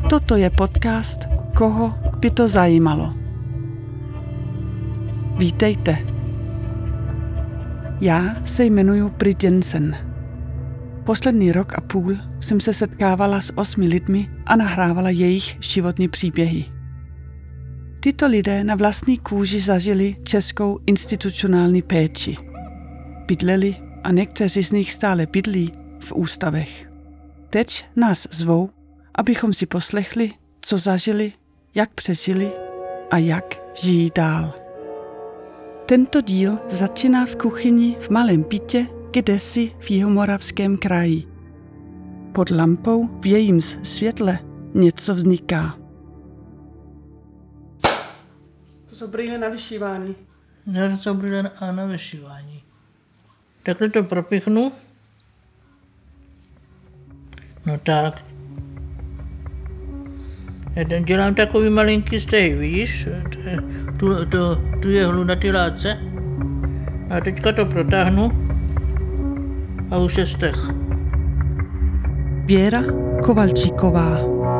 Toto je podcast Koho by to zajímalo. Vítejte. Já se jmenuji Brit Jensen. Poslední rok a půl jsem se setkávala s 8 lidmi a nahrávala jejich životní příběhy. Tyto lidé na vlastní kůži zažili českou institucionální péči. Bydleli a někteří z nich stále bydlí v ústavech. Teď nás zvou, abychom si poslechli, co zažili, jak přežili a jak žijí dál. Tento díl začíná v kuchyni v malém bytě kdesi v Jihomoravském kraji. Pod lampou v jejím světle něco vzniká. To jsou brýle na vyšívání. To jsou brýle na vyšívání. Takhle to propichnu. No tak. Já dělám takový malinký stej, vidíš? Tu jehlu na ty látce. A teďka to protáhnu a už je stech. Věra Kovalčíková.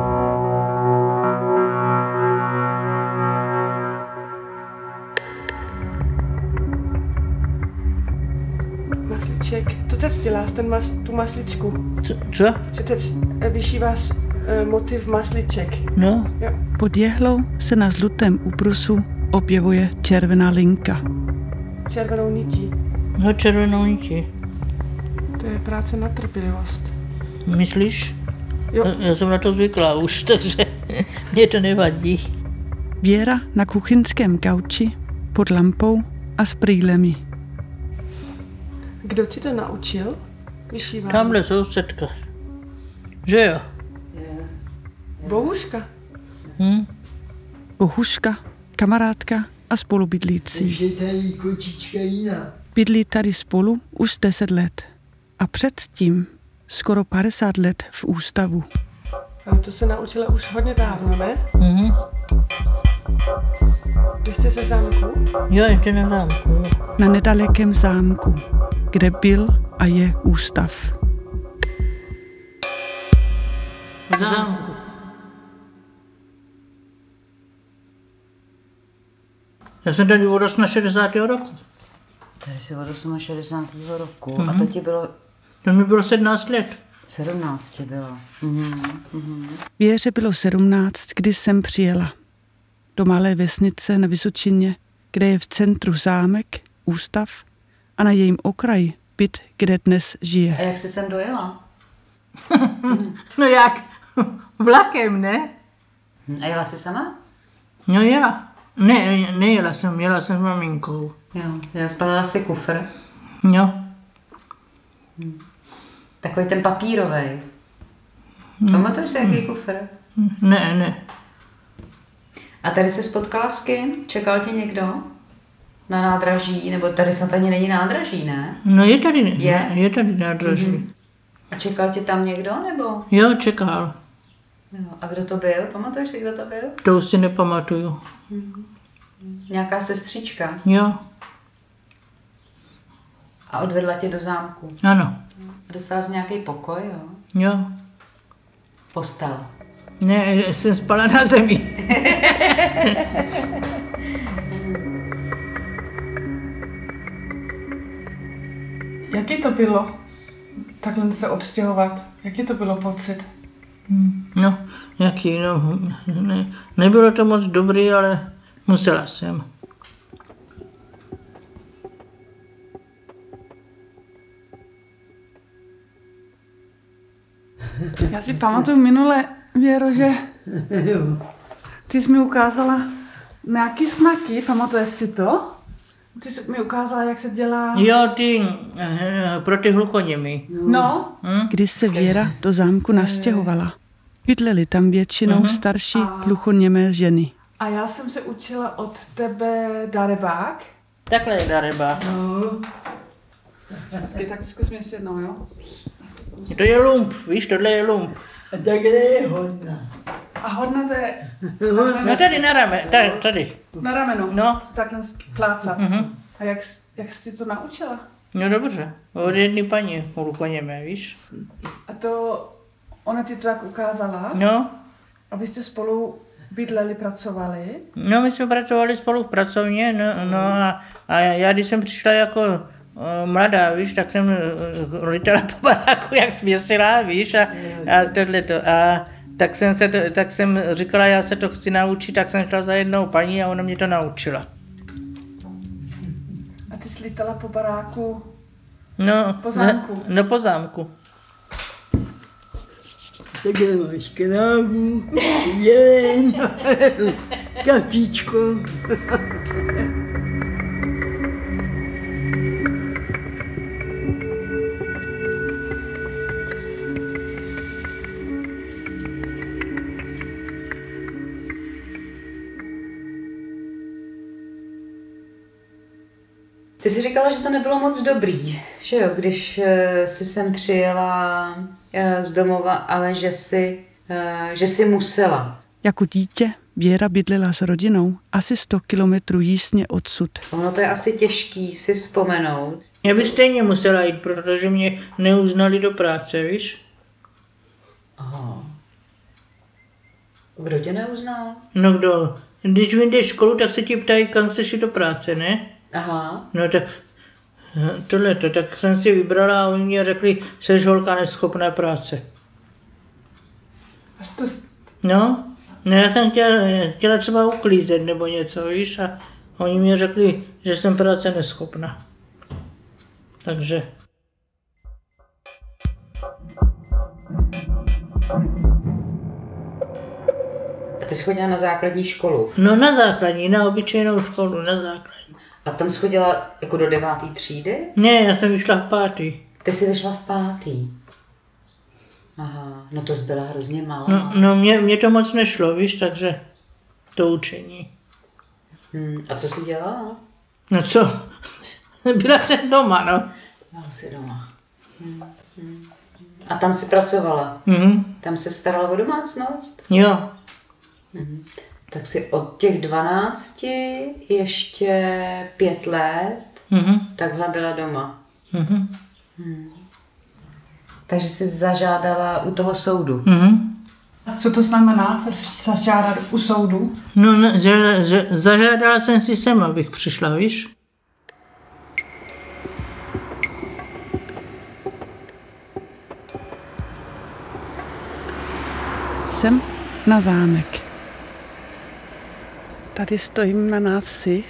Masliček. To teď děláš, tu masličku. Co? Že teď vyšíváš motiv masliček. No. Jo. Pod jehlou se na žlutém ubrusu objevuje červená linka. Červenou nití. No, červenou nití. To je práce na trpělivost. Myslíš? Jo. Já jsem na to zvyklá už, takže mě to nevadí. Věra na kuchyňském gauči pod lampou a s brýlemi. Kdo ti to naučil? Vyšívání. Tamhle sousedka. Že jo? Bohuška. Bohuška, kamarádka a spolubydlící. Takže tady kočička jiná. Bydlí tady spolu už 10 let. A předtím skoro 50 let v ústavu. Ale to se naučila už hodně dávno, ne? Mhm. Vy jste se zámku? Jo, ještě nedám. Na nedalekém zámku, kde byl a je ústav. V zámku. Já jsem tady od 60. roku. Tady jsi od 68. roku. A to ti bylo To mi bylo 17 let. 17 bylo. Věře bylo 17, když jsem přijela. Do malé vesnice na Vysočině, kde je v centru zámek, ústav a na jejím okraji byt, kde dnes žije. A jak jsi sem dojela? No jak? Vlakem, ne? A jela jsi sama? No já. Ne, nejela jsem, jela jsem s maminkou. Jo. Já spalila si kufr. Jo. Takový ten papírovej. Pamatuješ si, jaký kufr? Ne. A tady se spotkala s kým? Čekal tě někdo? Na nádraží? Nebo tady snad ani není nádraží, ne? No je tady, Je? tady nádraží. A čekal tě tam někdo, nebo? Jo, čekal. Jo. A kdo to byl? Pamatuješ si, kdo to byl? To už si nepamatuju. Nějaká sestřička. Jo, A odvedla tě do zámku. ano. A dostala jsi nějaký pokoj, jo? Jo. Postel. Ne, jsem spala na zemi. Jaký to bylo? Takhle se odstěhovat. Jaký to bylo pocit? No, jaký, no, nebylo to moc dobrý, ale musela jsem. Já si pamatuju minule, Věro, že ty jsi mi ukázala nějaký znaky, pamatuješ si to? Ty jsi mi ukázala, jak se dělá... Jo, ty, pro ty hluchoněmy. No, Když se Věra do zámku nastěhovala, bydleli tam většinou starší hluchoněmé ženy. a já jsem se učila od tebe darebák. Takhle je darebák. Vždycky tak zkusím ještě jednou, jo? To je lump, víš, tohle je lump. A takhle je hodná. A hodna to je No tady na rame, tady. na ramenu. No. Takhle plácat. A jak jsi to naučila? No dobře, od jedné paní hluchoněmé, víš. A to ona ti to tak ukázala? No, A vy jste spolu bydleli, pracovali? No, my jsme pracovali spolu v pracovně, no a já když jsem přišla jako mladá, víš, tak jsem lítala po baráku jak směsila, víš, a tohleto. A tak jsem říkala, já se to chci naučit, tak jsem šla za jednou paní a ona mě to naučila. A ty jsi lítala po baráku? No, Po zámku? No, po zámku. Takhle máš krávu, jen, kafičko. Ty jsi říkala, že to nebylo moc dobrý, že jo, když jsi sem přijela z domova, ale že jsi musela. Jako dítě Věra bydlela s rodinou asi 100 kilometrů jízdně odsud. Ono to je asi těžký si vzpomenout. Já bych stejně musela jít, protože mě neuznali do práce, víš? Aha. Kdo tě neuznal? No kdo? Když vyjdeš školu, tak se ti ptají, kam chceš jít do práce, ne? Aha. No tak tohleto, tak jsem si vybrala a oni mě řekli, jsi holka neschopná práce. No, já jsem chtěla třeba uklízet nebo něco, víš, a oni mi řekli, že jsem práce neschopná. Takže. A ty jsi chodila na základní školu? No na základní, na obyčejnou školu, na základní. A tam jsi chodila jako do 9. třídy? Ne, já jsem vyšla v 5. Ty jsi vyšla v 5. Aha, no to jsi byla hrozně malá. No mě to moc nešlo, víš, takže to učení. A co jsi dělala? No co, byla jsem doma, no. Byla jsi doma. A tam jsi pracovala? Tam se starala o domácnost? Jo. Tak si od těch 12 ještě 5 let takhle byla doma. Takže jsi zažádala u toho soudu. Co to znamená zažádat u soudu? No, zažádala jsem si sem, abych přišla, víš? Jsem na zámek. Tady stojím na návsi,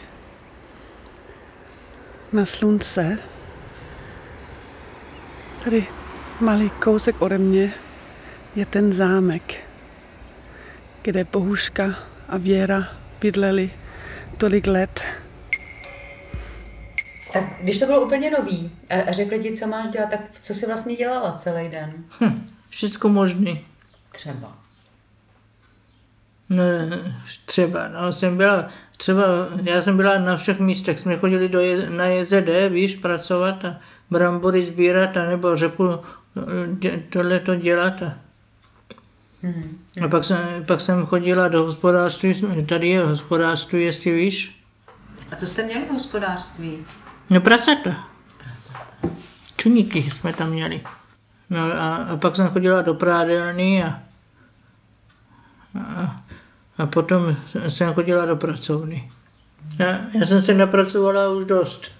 na slunce. Tady malý kousek ode mě je ten zámek, kde Bohuška a Věra bydleli tolik let. Tak když to bylo úplně nový a řekli ti, co máš dělat, tak co jsi vlastně dělala celý den? Všecko možný. Třeba. No, třeba, no, já jsem byla na všech místech, jsme chodili na JZD, víš, pracovat a brambory sbírat, nebo řepu tohleto dělat. A pak jsem chodila do hospodářství, tady je hospodářství, jestli víš. A co jste měli v hospodářství? No prasata. Čuníky jsme tam měli. No a pak jsem chodila do prádelny a potom jsem chodila do pracovny. Já jsem se napracovala už dost.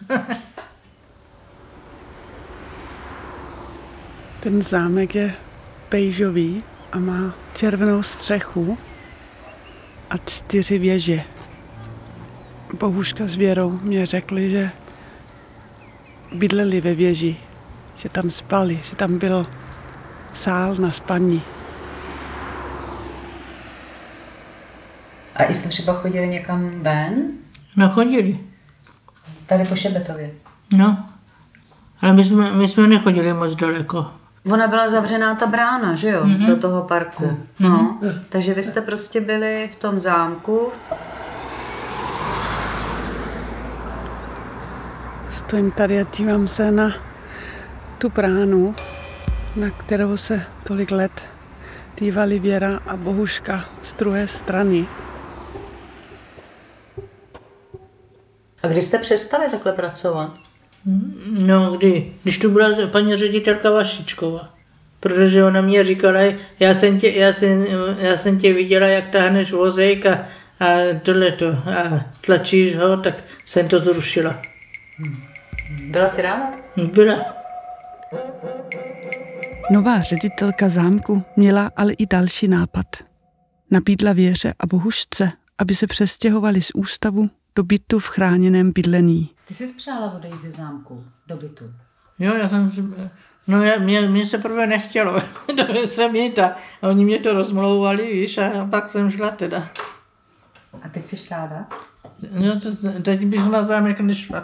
Ten zámek je bejžový a má červenou střechu a 4 věže. Bohuška s Věrou mě řekli, že bydleli ve věži, že tam spali, že tam byl sál na spaní. A jste třeba chodili někam ven? No chodili. Tady po Šebetově. No, ale my jsme nechodili moc daleko. Ona byla zavřená ta brána, že jo, do toho parku. No, takže vy jste prostě byli v tom zámku. Stojím tady a dívám se na tu bránu, na kterou se tolik let dívali Věra a Bohuška z druhé strany. A kdy jste přestali takhle pracovat? No, když tu byla paní ředitelka Vašičková. protože ona mě říkala, já jsem tě viděla, jak táhneš vozejk a tohleto a tlačíš ho, tak jsem to zrušila. Byla jsi ráda? Byla. Nová ředitelka zámku měla ale i další nápad. Nabídla Věře a Bohužce, aby se přestěhovali z ústavu do bytu v chráněném bydlení. Ty jsi přála odejít ze zámku do bytu. Jo, já jsem si... Mně se prvé nechtělo, a oni mě to rozmlouvali, víš, a pak jsem šla teda. A teď jsi ráda? No, teď bych na zámek nešla.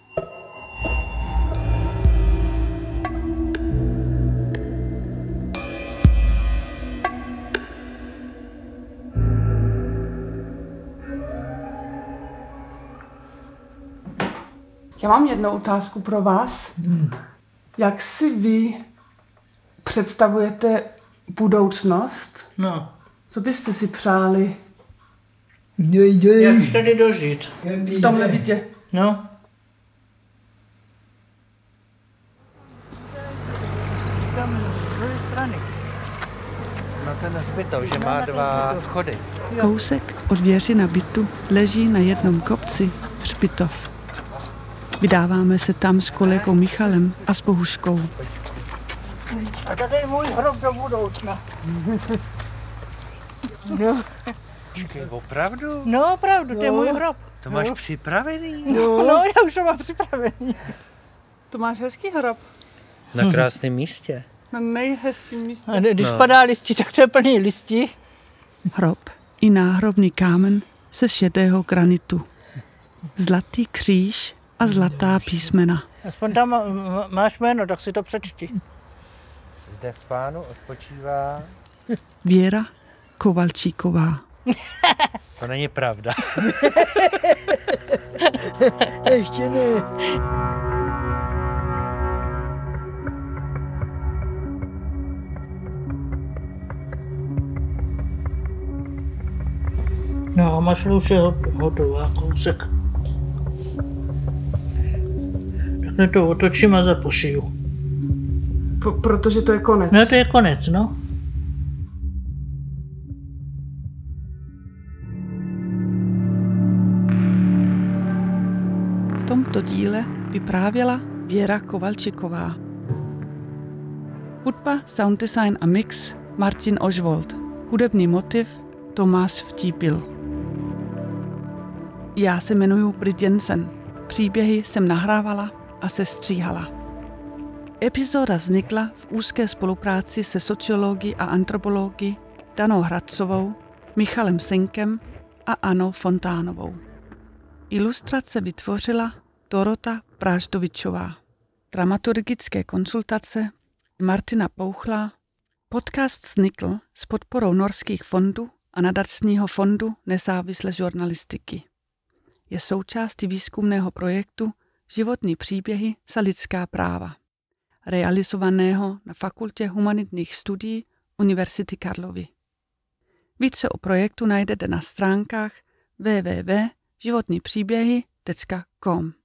Já mám jednu otázku pro vás. Jak si vy představujete budoucnost? No, Co byste si přáli jak tady dožít? v tomhle bytě? No. Tam z druhé strany. No ten hřbitov, že má 2 vchody. Kousek od Věřina bytu leží na jednom kopci hřbitov. Vydáváme se tam s kolegou Michalem a s Bohužkou. A tady je můj hrob do budoucna. No. Počkej, opravdu? No opravdu, to je můj hrob. To máš připravený? No, já už to mám připravený. To máš hezký hrob. Na krásném místě. Na nejhezčím místě. A když padá listí, tak to je plný listí. Hrob i náhrobný kámen ze šedého granitu. Zlatý kříž a zlatá písmena. Aspoň tam máš jméno, tak si to přečti. Zde v Pánu odpočívá. Věra Kovalčíková. To není pravda. Ještě ne. No a mašla už je hotová, kousek. Takhle to otočím a zapošiju. Protože to je konec. No to je konec, no. V tomto díle vyprávěla Věra Kovalčiková. Hudba, sound design a mix Martin Ožvold. Hudební motiv Tomáš Vtípil. Já se jmenuji Brit Jensen. Příběhy jsem nahrávala a sestříhala. Epizoda vznikla v úzké spolupráci se sociology a antropology Danou Hradcovou, Michalem Senkem a Anou Fontánovou. Ilustrace vytvořila Dorota Práždovičová. Dramaturgické konsultace Martina Pouchla. Podcast vznikl s podporou norských fondů a nadačního fondu nezávislé žurnalistiky. Je součástí výzkumného projektu Životní příběhy za lidská práva, realizovaného na Fakultě humanitních studií Univerzity Karlovy. Více o projektu najdete na stránkách www.životnipříběhy.com.